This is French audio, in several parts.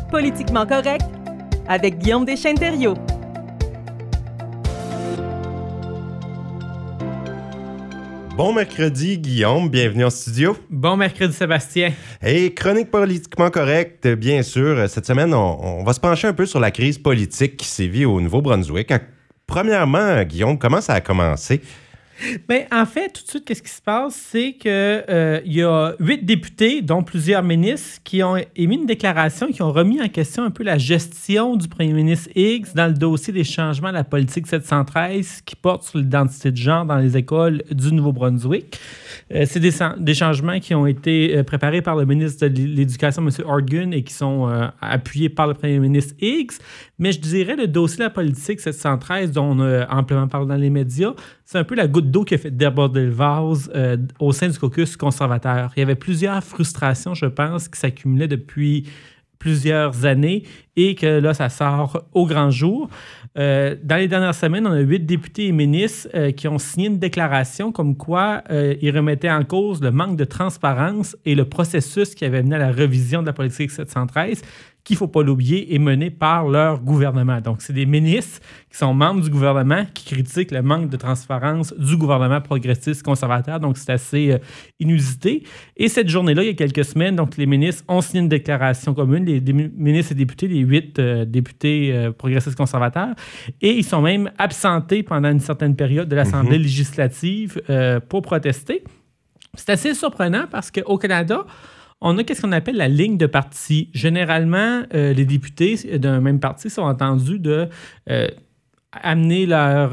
Politiquement correct avec Guillaume Deschênes-Thériault. Bon mercredi, Guillaume. Bienvenue en studio. Bon mercredi, Sébastien. Et chronique politiquement correcte, bien sûr. Cette semaine, on va se pencher un peu sur la crise politique qui sévit au Nouveau-Brunswick. Premièrement, Guillaume, comment ça a commencé? Bien, en fait, tout de suite, qu'est-ce qui se passe? C'est qu'il y a 8 députés, dont plusieurs ministres, qui ont émis une déclaration, qui ont remis en question un peu la gestion du premier ministre Higgs dans le dossier des changements à la politique 713 qui porte sur l'identité de genre dans les écoles du Nouveau-Brunswick. C'est des changements qui ont été préparés par le ministre de l'Éducation, M. Horgan, et qui sont appuyés par le premier ministre Higgs. Mais je dirais le dossier de la politique 713, dont on a amplement parlé dans les médias, c'est un peu la goutte d'eau qui a fait déborder le vase au sein du caucus conservateur. Il y avait plusieurs frustrations, je pense, qui s'accumulaient depuis plusieurs années et que là, ça sort au grand jour. Dans les dernières semaines, on a 8 députés et ministres qui ont signé une déclaration comme quoi ils remettaient en cause le manque de transparence et le processus qui avait mené à la révision de la politique 713, qui, il ne faut pas l'oublier, est mené par leur gouvernement. Donc, c'est des ministres qui sont membres du gouvernement qui critiquent le manque de transparence du gouvernement progressiste conservateur. Donc, c'est assez inusité. Et cette journée-là, il y a quelques semaines, donc les ministres ont signé une déclaration commune, les ministres et députés, les 8 députés progressistes conservateurs, et ils sont même absentés pendant une certaine période de l'Assemblée législative pour protester. C'est assez surprenant parce qu'au Canada, on a qu'est-ce qu'on appelle la ligne de parti. Généralement, les députés d'un même parti sont entendus de amener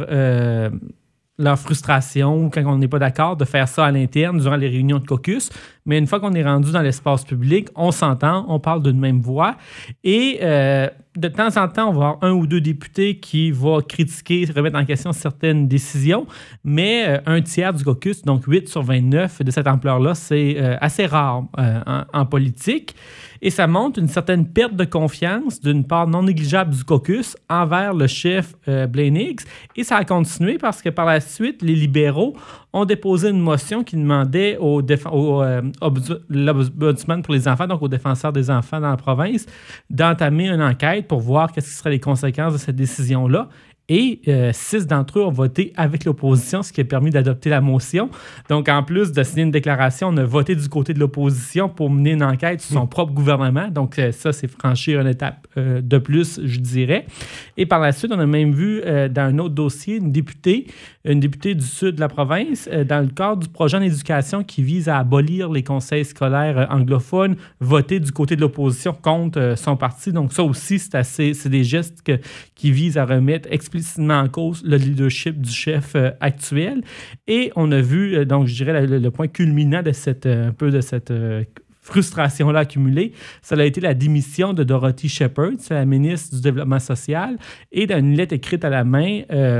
leur frustration quand on n'est pas d'accord, de faire ça à l'interne durant les réunions de caucus. Mais une fois qu'on est rendu dans l'espace public, on s'entend, on parle d'une même voix. Et de temps en temps, on va avoir un ou deux députés qui vont critiquer, remettre en question certaines décisions. Mais un tiers du caucus, donc 8 sur 29 de cette ampleur-là, c'est assez rare en politique. Et ça montre une certaine perte de confiance d'une part non négligeable du caucus envers le chef Blaine Higgs. Et ça a continué parce que par la suite, les libéraux ont déposé une motion qui demandait au l'Ombudsman pour les enfants, donc au défenseur des enfants dans la province, d'entamer une enquête pour voir quelles seraient les conséquences de cette décision-là. Et 6 d'entre eux ont voté avec l'opposition, ce qui a permis d'adopter la motion. Donc, en plus de signer une déclaration, on a voté du côté de l'opposition pour mener une enquête sur son propre gouvernement. Donc, ça, c'est franchir une étape de plus, je dirais. Et par la suite, on a même vu dans un autre dossier une députée du sud de la province, dans le cadre du projet en éducation qui vise à abolir les conseils scolaires anglophones, voter du côté de l'opposition contre son parti. Donc, ça aussi, c'est des gestes qui visent à remettre explicitement en cause le leadership du chef actuel. Et on a vu, donc je dirais, le point culminant de cette frustration-là accumulée, ça a été la démission de Dorothy Shepherd, c'est la ministre du Développement social, et dans une lettre écrite à la main,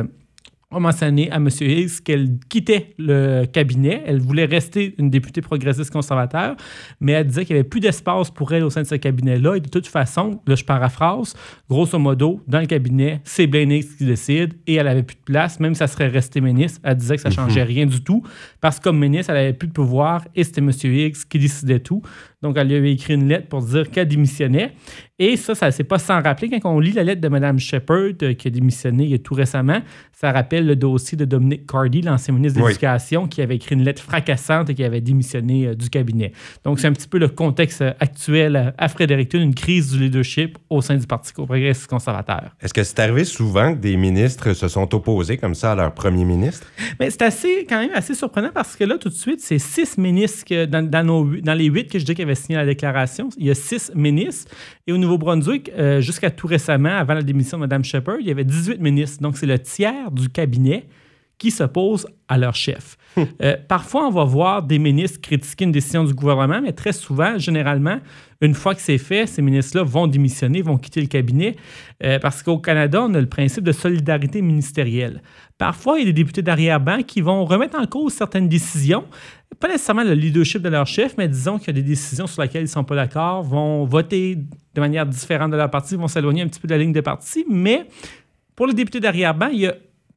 a mentionné à M. Higgs qu'elle quittait le cabinet. Elle voulait rester une députée progressiste conservateur, mais elle disait qu'il n'y avait plus d'espace pour elle au sein de ce cabinet-là. Et de toute façon, là, je paraphrase, grosso modo, dans le cabinet, c'est Blaine Higgs qui décide et elle n'avait plus de place, même si elle serait restée ministre. Elle disait que ça ne changeait rien du tout parce que comme ministre, elle n'avait plus de pouvoir et c'était M. Higgs qui décidait tout. Donc, elle lui avait écrit une lettre pour dire qu'elle démissionnait. Et ça c'est pas sans rappeler. Quand on lit la lettre de Mme Shepherd, qui a démissionné tout récemment, ça rappelle le dossier de Dominic Cardy, l'ancien ministre de l'Éducation, qui avait écrit une lettre fracassante et qui avait démissionné du cabinet. Donc, c'est un petit peu le contexte actuel à Fredericton, une crise du leadership au sein du Parti progressiste conservateur. Est-ce que c'est arrivé souvent que des ministres se sont opposés comme ça à leur premier ministre? Mais c'est quand même assez surprenant parce que là, tout de suite, c'est 6 ministres dans les 8 que je dis qu'il y avait signé la déclaration. Il y a 6 ministres. Et au Nouveau-Brunswick, jusqu'à tout récemment, avant la démission de Mme Shepherd, il y avait 18 ministres. Donc, c'est le tiers du cabinet qui s'opposent à leur chef. Parfois, on va voir des ministres critiquer une décision du gouvernement, mais très souvent, généralement, une fois que c'est fait, ces ministres-là vont démissionner, vont quitter le cabinet, parce qu'au Canada, on a le principe de solidarité ministérielle. Parfois, il y a des députés d'arrière-ban qui vont remettre en cause certaines décisions, pas nécessairement le leadership de leur chef, mais disons qu'il y a des décisions sur lesquelles ils ne sont pas d'accord, vont voter de manière différente de leur parti, vont s'éloigner un petit peu de la ligne de parti, mais pour les députés d'arrière-ban, il y a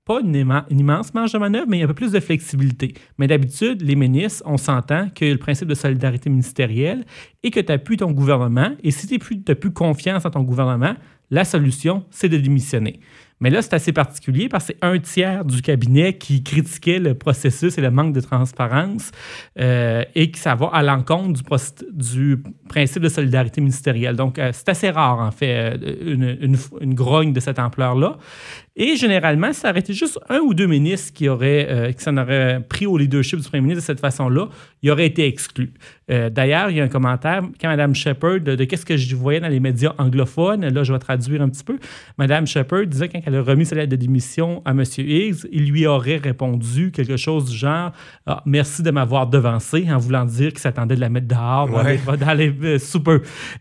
pas une immense marge de manœuvre, mais il y a un peu plus de flexibilité. Mais d'habitude, les ministres, on s'entend que le principe de solidarité ministérielle et que tu appuies ton gouvernement. Et si tu n'as plus confiance en ton gouvernement, la solution, c'est de démissionner. Mais là, c'est assez particulier parce que c'est un tiers du cabinet qui critiquait le processus et le manque de transparence et que ça va à l'encontre du principe de solidarité ministérielle. Donc, c'est assez rare, en fait, une grogne de cette ampleur-là. Et généralement, ça aurait été juste un ou deux ministres qui s'en auraient pris au leadership du premier ministre de cette façon-là, il aurait été exclu. D'ailleurs, il y a un commentaire, quand Mme Shepherd, de qu'est-ce que je voyais dans les médias anglophones, là, je vais traduire un petit peu. Mme Shepherd disait quand elle a remis sa lettre de démission à M. Higgs, il lui aurait répondu quelque chose du genre « Merci de m'avoir devancé », en voulant dire qu'il s'attendait de la mettre dehors dans les sous peu.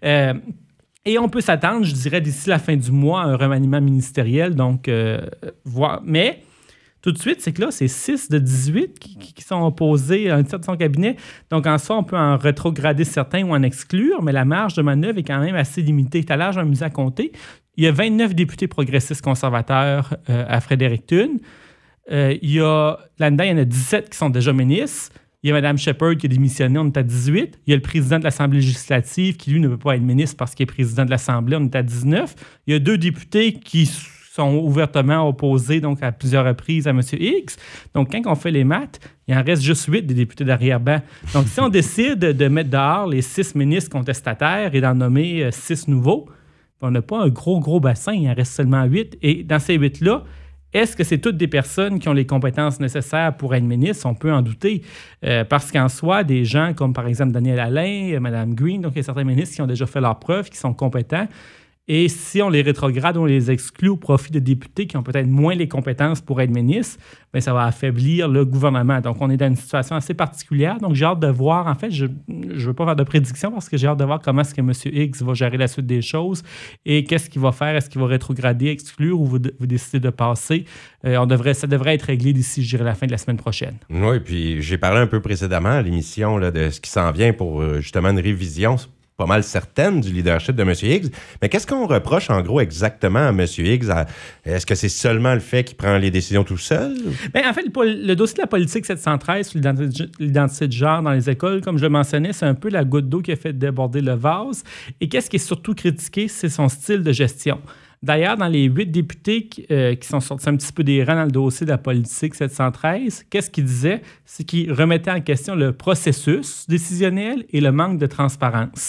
Et on peut s'attendre, je dirais, d'ici la fin du mois, à un remaniement ministériel. Donc, mais tout de suite, c'est que là, c'est 6 de 18 qui sont opposés à un tiers de son cabinet. Donc, en soi, on peut en rétrograder certains ou en exclure, mais la marge de manœuvre est quand même assez limitée. Tout à l'heure, je m'amuse à compter. Il y a 29 députés progressistes conservateurs à Fredericton. Là-dedans, il y en a 17 qui sont déjà ministres. Il y a Mme Shepherd qui a démissionné, on est à 18. Il y a le président de l'Assemblée législative qui, lui, ne peut pas être ministre parce qu'il est président de l'Assemblée, on est à 19. Il y a 2 députés qui sont ouvertement opposés donc, à plusieurs reprises à M. Higgs. Donc, quand on fait les maths, il en reste juste 8 des députés d'arrière-ban. Donc, si on décide de mettre dehors les 6 ministres contestataires et d'en nommer 6 nouveaux, on n'a pas un gros bassin, il en reste seulement 8. Et dans ces 8-là, est-ce que c'est toutes des personnes qui ont les compétences nécessaires pour être ministre? On peut en douter. Parce qu'en soi, des gens comme par exemple Daniel Alain, Mme Green, donc il y a certains ministres qui ont déjà fait leurs preuves, qui sont compétents. Et si on les rétrograde, on les exclut au profit de députés qui ont peut-être moins les compétences pour être ministres, bien, ça va affaiblir le gouvernement. Donc, on est dans une situation assez particulière. Donc, j'ai hâte de voir. En fait, je ne veux pas faire de prédiction parce que j'ai hâte de voir comment est-ce que M. Higgs va gérer la suite des choses et qu'est-ce qu'il va faire. Est-ce qu'il va rétrograder, exclure ou vous décidez de passer? Ça devrait être réglé d'ici, je dirais, la fin de la semaine prochaine. Oui, puis j'ai parlé un peu précédemment à l'émission là, de ce qui s'en vient pour justement une révision pas mal certaine du leadership de M. Higgs. Mais qu'est-ce qu'on reproche en gros exactement à M. Higgs? Est-ce que c'est seulement le fait qu'il prend les décisions tout seul? Bien, en fait, le dossier de la politique 713 sur l'identité de genre dans les écoles, comme je le mentionnais, c'est un peu la goutte d'eau qui a fait déborder le vase. Et qu'est-ce qui est surtout critiqué, c'est son style de gestion. D'ailleurs, dans les 8 députés qui sont sortis un petit peu des rangs dans le dossier de la politique 713, qu'est-ce qu'ils disaient? C'est qu'ils remettaient en question le processus décisionnel et le manque de transparence.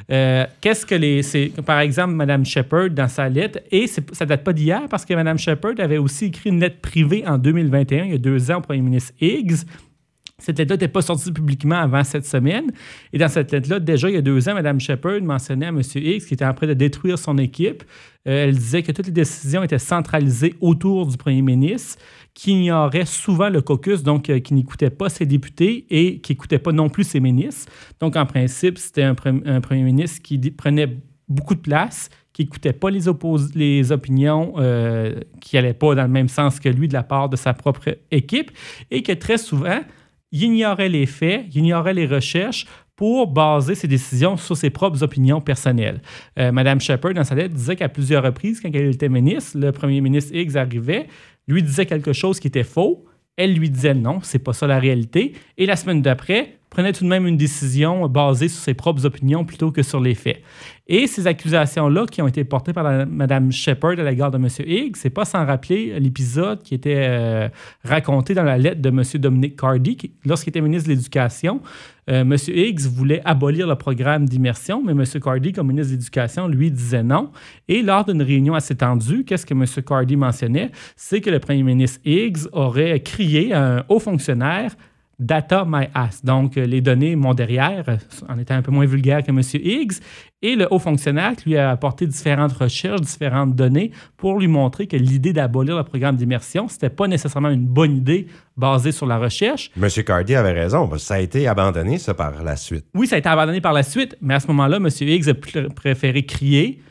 Par exemple, Mme Shepherd, dans sa lettre, et ça ne date pas d'hier, parce que Mme Shepherd avait aussi écrit une lettre privée en 2021, il y a 2 ans, au premier ministre Higgs. Cette lettre-là n'était pas sortie publiquement avant cette semaine. Et dans cette lettre-là, déjà, il y a 2 ans, Mme Shepherd mentionnait à M. Higgs qu'il était en train de détruire son équipe. Elle disait que toutes les décisions étaient centralisées autour du premier ministre, qu'il ignorait souvent le caucus, donc qui n'écoutait pas ses députés et qui n'écoutait pas non plus ses ministres. Donc, en principe, c'était un premier ministre qui prenait beaucoup de place, qui n'écoutait pas les opinions qui n'allaient pas dans le même sens que lui de la part de sa propre équipe et que très souvent, il ignorait les faits, il ignorait les recherches pour baser ses décisions sur ses propres opinions personnelles. Mme Shepherd, dans sa lettre, disait qu'à plusieurs reprises, quand elle était ministre, le premier ministre Higgs arrivait, lui disait quelque chose qui était faux. Elle lui disait non, c'est pas ça la réalité. Et la semaine d'après, prenait tout de même une décision basée sur ses propres opinions plutôt que sur les faits. Et ces accusations-là qui ont été portées par Mme Shepherd à l'égard de M. Higgs, c'est pas sans rappeler l'épisode qui était raconté dans la lettre de M. Dominic Cardy, lorsqu'il était ministre de l'Éducation. M. Higgs voulait abolir le programme d'immersion, mais M. Cardy, comme ministre de l'Éducation, lui disait non. Et lors d'une réunion assez tendue, qu'est-ce que M. Cardy mentionnait? C'est que le premier ministre Higgs aurait crié à un haut fonctionnaire « Data my ass », donc les données mon derrière, en étant un peu moins vulgaire que M. Higgs. Et le haut fonctionnaire lui a apporté différentes recherches, différentes données pour lui montrer que l'idée d'abolir le programme d'immersion, ce n'était pas nécessairement une bonne idée basée sur la recherche. M. Cardy avait raison, parce que ça a été abandonné, ça, par la suite. Oui, ça a été abandonné par la suite, mais à ce moment-là, M. Higgs a préféré crier.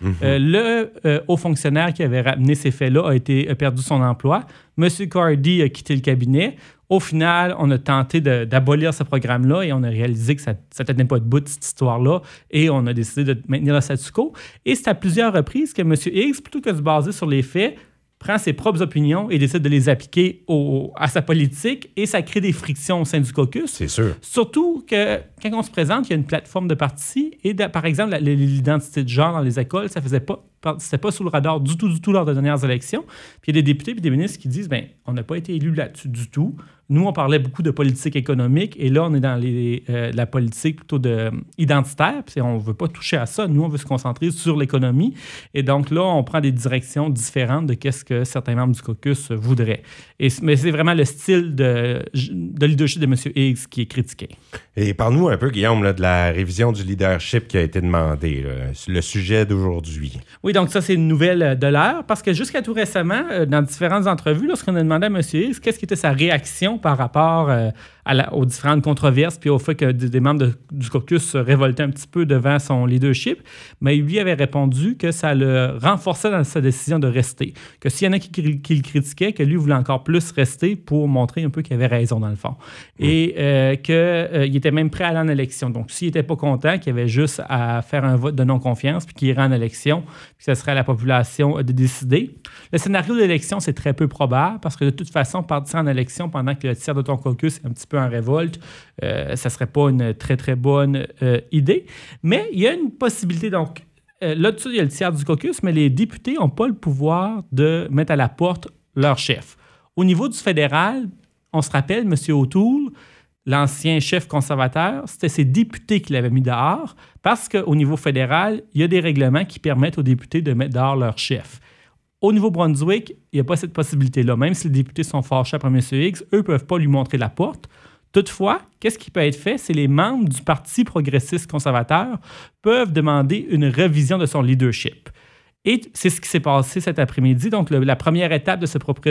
Le haut fonctionnaire qui avait ramené ces faits-là a perdu son emploi. M. Cardy a quitté le cabinet. Au final, on a tenté d'abolir ce programme-là et on a réalisé que ça ne tenait pas debout de cette histoire-là et on a décidé de maintenir le statu quo. Et c'est à plusieurs reprises que M. Higgs, plutôt que de se baser sur les faits, prend ses propres opinions et décide de les appliquer à sa politique, et ça crée des frictions au sein du caucus. C'est sûr. Surtout que quand on se présente, il y a une plateforme de parti et, par exemple, l'identité de genre dans les écoles, ça faisait pas, c'était pas sous le radar du tout lors des dernières élections. Puis il y a des députés et des ministres qui disent, bien, on n'a pas été élus là-dessus du tout. Nous, on parlait beaucoup de politique économique et là, on est dans la politique plutôt identitaire. Puis on ne veut pas toucher à ça. Nous, on veut se concentrer sur l'économie. Et donc là, on prend des directions différentes de qu'est-ce que certains membres du caucus voudraient. Mais c'est vraiment le style de leadership de M. Higgs qui est critiqué. Et parle-nous un peu, Guillaume, là, de la révision du leadership qui a été demandée, le sujet d'aujourd'hui. Oui, donc ça, c'est une nouvelle de l'heure parce que jusqu'à tout récemment, dans différentes entrevues, lorsqu'on a demandé à M. Higgs qu'est-ce qui était sa réaction par rapport aux différentes controverses puis au fait que des membres du caucus se révoltaient un petit peu devant son leadership, mais lui avait répondu que ça le renforçait dans sa décision de rester. Que s'il y en a qui le critiquaient, que lui voulait encore plus rester pour montrer un peu qu'il avait raison dans le fond. Et qu'il était même prêt à aller en élection. Donc, s'il n'était pas content, qu'il avait juste à faire un vote de non-confiance puis qu'il irait en élection, puis ce serait à la population de décider. Le scénario de l'élection, c'est très peu probable parce que de toute façon, partir en élection pendant que le tiers de ton caucus est un petit peu en révolte, ça ne serait pas une très, très bonne idée. Mais il y a une possibilité. Donc, là-dessus, il y a le tiers du caucus, mais les députés n'ont pas le pouvoir de mettre à la porte leur chef. Au niveau du fédéral, on se rappelle, M. O'Toole, l'ancien chef conservateur, c'était ses députés qui l'avaient mis dehors parce qu'au niveau fédéral, il y a des règlements qui permettent aux députés de mettre dehors leur chef. Au Nouveau-Brunswick, il n'y a pas cette possibilité-là. Même si les députés sont fâchés après M. Higgs, eux ne peuvent pas lui montrer la porte. Toutefois, qu'est-ce qui peut être fait? C'est les membres du Parti progressiste conservateur peuvent demander une révision de son leadership. Et c'est ce qui s'est passé cet après-midi. Donc, la première étape de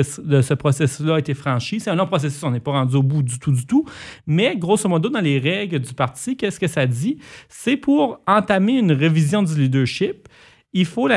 ce processus-là a été franchie. C'est un long processus, on n'est pas rendu au bout du tout. Mais, grosso modo, dans les règles du parti, qu'est-ce que ça dit? C'est pour entamer une révision du leadership, il faut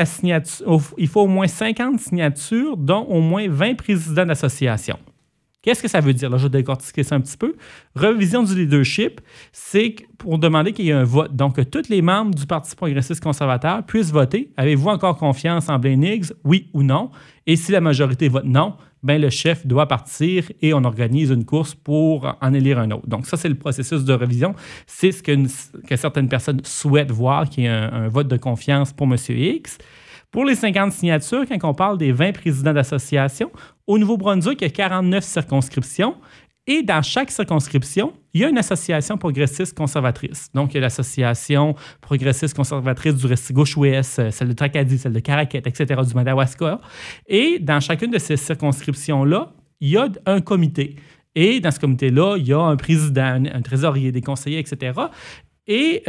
au moins 50 signatures, dont au moins 20 présidents d'associations. Qu'est-ce que ça veut dire? Là, je vais décortiquer ça un petit peu. Révision du leadership, c'est pour demander qu'il y ait un vote. Donc, que tous les membres du Parti progressiste conservateur puissent voter. Avez-vous encore confiance en Blaine Higgs, oui ou non? Et si la majorité vote non, ben le chef doit partir et on organise une course pour en élire un autre. Donc, ça, c'est le processus de révision. C'est ce que certaines personnes souhaitent voir, qu'il y ait un vote de confiance pour M. Higgs. Pour les 50 signatures, quand on parle des 20 présidents d'associations, au Nouveau-Brunswick, il y a 49 circonscriptions. Et dans chaque circonscription, il y a une association progressiste conservatrice. Donc, il y a l'association progressiste conservatrice du Restigouche-Ouest, celle de Tracadie, celle de Caraquette, etc., du Madawaska. Et dans chacune de ces circonscriptions-là, il y a un comité. Et dans ce comité-là, il y a un président, un trésorier, des conseillers, etc. Et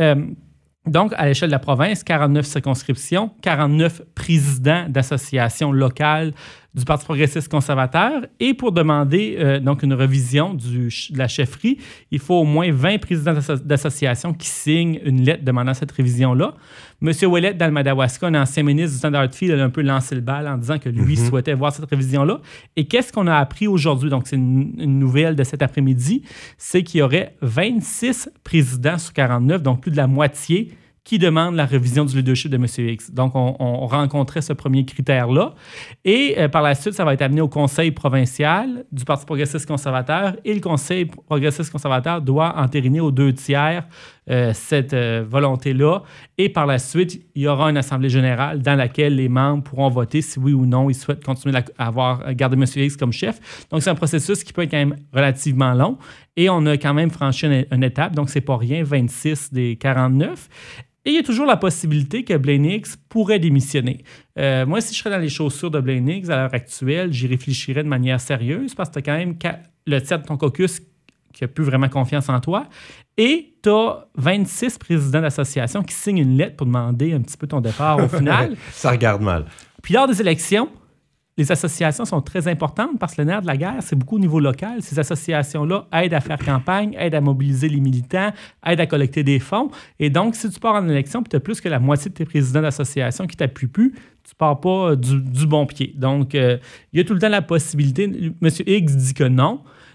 donc, à l'échelle de la province, 49 circonscriptions, 49 présidents d'associations locales du Parti progressiste conservateur. Et pour demander donc une révision de la chefferie, il faut au moins 20 présidents d'associations qui signent une lettre demandant cette révision-là. M. Ouellet, dans le Madawaska, un ancien ministre du Standard Field, a un peu lancé le bal en disant que lui souhaitait voir cette révision-là. Et qu'est-ce qu'on a appris aujourd'hui? Donc, c'est une nouvelle de cet après-midi. C'est qu'il y aurait 26 présidents sur 49, donc plus de la moitié, qui demande la révision du leadership de M. Higgs. Donc, on rencontrait ce premier critère-là. Et par la suite, ça va être amené au Conseil provincial du Parti progressiste conservateur. Et le Conseil progressiste conservateur doit entériner aux 2/3 cette volonté-là. Et par la suite, il y aura une assemblée générale dans laquelle les membres pourront voter si oui ou non ils souhaitent continuer à garder M. Higgs comme chef. Donc, c'est un processus qui peut être quand même relativement long. Et on a quand même franchi une étape. Donc, c'est pas rien, 26 des 49. Et il y a toujours la possibilité que Blaine Higgs pourrait démissionner. Moi, si je serais dans les chaussures de Blaine Higgs à l'heure actuelle, j'y réfléchirais de manière sérieuse parce que tu as quand même le tiers de ton caucus qui n'a plus vraiment confiance en toi. Et tu as 26 présidents d'associations qui signent une lettre pour demander un petit peu ton départ au final. Ça regarde mal. Puis lors des élections, les associations sont très importantes parce que le nerf de la guerre, c'est beaucoup au niveau local. Ces associations-là aident à faire campagne, aident à mobiliser les militants, aident à collecter des fonds. Et donc, si tu pars en élection et tu as plus que la moitié de tes présidents d'association qui ne t'appuient plus, tu ne pars pas du bon pied. Donc, il y a tout le temps la possibilité. M. Higgs dit que non.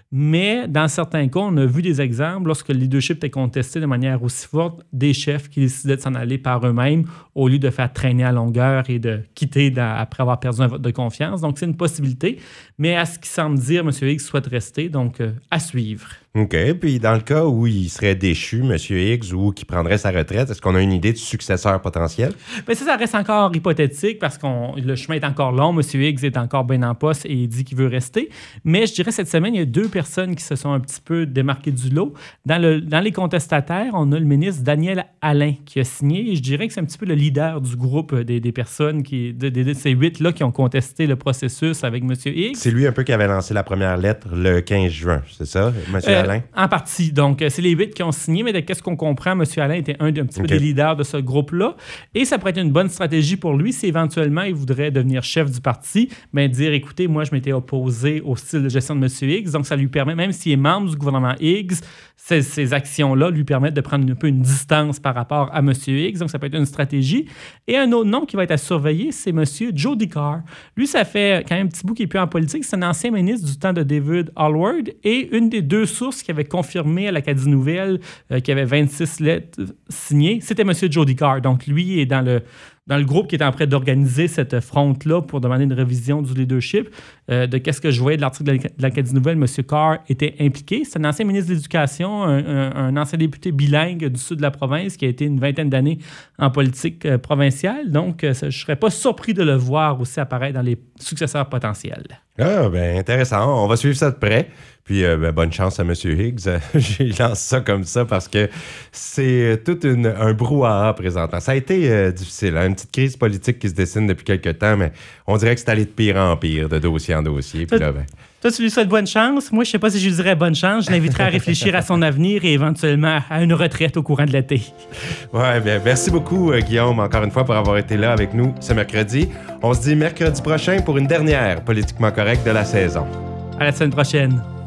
Mais dans certains cas, on a vu des exemples lorsque le leadership était contesté de manière aussi forte, des chefs qui décidaient de s'en aller par eux-mêmes au lieu de faire traîner à longueur et de quitter après avoir perdu un vote de confiance. Donc, c'est une possibilité. Mais à ce qui semble dire, M. Higgs souhaite rester. Donc, à suivre. OK. Puis, dans le cas où il serait déchu, M. Higgs, ou qu'il prendrait sa retraite, est-ce qu'on a une idée du successeur potentiel? Bien, ça reste encore hypothétique parce que le chemin est encore long. M. Higgs est encore bien en poste et il dit qu'il veut rester. Mais je dirais cette semaine, il y a 2 personnes qui se sont un petit peu démarquées du lot. Dans les contestataires, on a le ministre Daniel Alain qui a signé. Et je dirais que c'est un petit peu le leader du groupe des personnes, de ces 8-là qui ont contesté le processus avec M. Higgs. C'est lui un peu qui avait lancé la première lettre le 15 juin, c'est ça, M. Alain? En partie. Donc, c'est les 8 qui ont signé, mais de qu'est-ce qu'on comprend, M. Alain était un petit peu des leaders de ce groupe-là. Et ça pourrait être une bonne stratégie pour lui si éventuellement il voudrait devenir chef du parti, mais dire, écoutez, moi, je m'étais opposé au style de gestion de M. Higgs, donc ça lui permet, même s'il est membre du gouvernement Higgs, ces actions-là lui permettent de prendre un peu une distance par rapport à M. Higgs, donc ça peut être une stratégie. Et un autre nom qui va être à surveiller, c'est M. Joe Dicard. Lui, ça fait quand même un petit bout qu'il n'est plus en politique, c'est un ancien ministre du temps de David Alward, et une des 2 sources qui avait confirmé à l'Acadie Nouvelle qu'il y avait 26 lettres signées, c'était M. Joe Dicard. Donc, lui est dans le groupe qui est en train d'organiser cette fronte-là pour demander une révision du leadership. De qu'est-ce que je voyais de l'article de l'Acadie Nouvelle, M. Carr était impliqué. C'est un ancien ministre de l'Éducation, un ancien député bilingue du sud de la province qui a été une 20aine d'années en politique provinciale. Donc, je ne serais pas surpris de le voir aussi apparaître dans les successeurs potentiels. Ah, bien, intéressant. On va suivre ça de près. Puis, bonne chance à M. Higgs. J'ai lancé ça comme ça parce que c'est tout un brouhaha présentement. Ça a été difficile, hein? Une petite crise politique qui se dessine depuis quelques temps, mais on dirait que c'est allé de pire en pire, de dossier en dossier. Puis là, toi, tu lui souhaites bonne chance. Moi, je ne sais pas si je lui dirais bonne chance. Je l'inviterais à réfléchir à son avenir et éventuellement à une retraite au courant de l'été. Ouais, bien, merci beaucoup, Guillaume, encore une fois, pour avoir été là avec nous ce mercredi. On se dit mercredi prochain pour une dernière Politiquement correcte de la saison. À la semaine prochaine.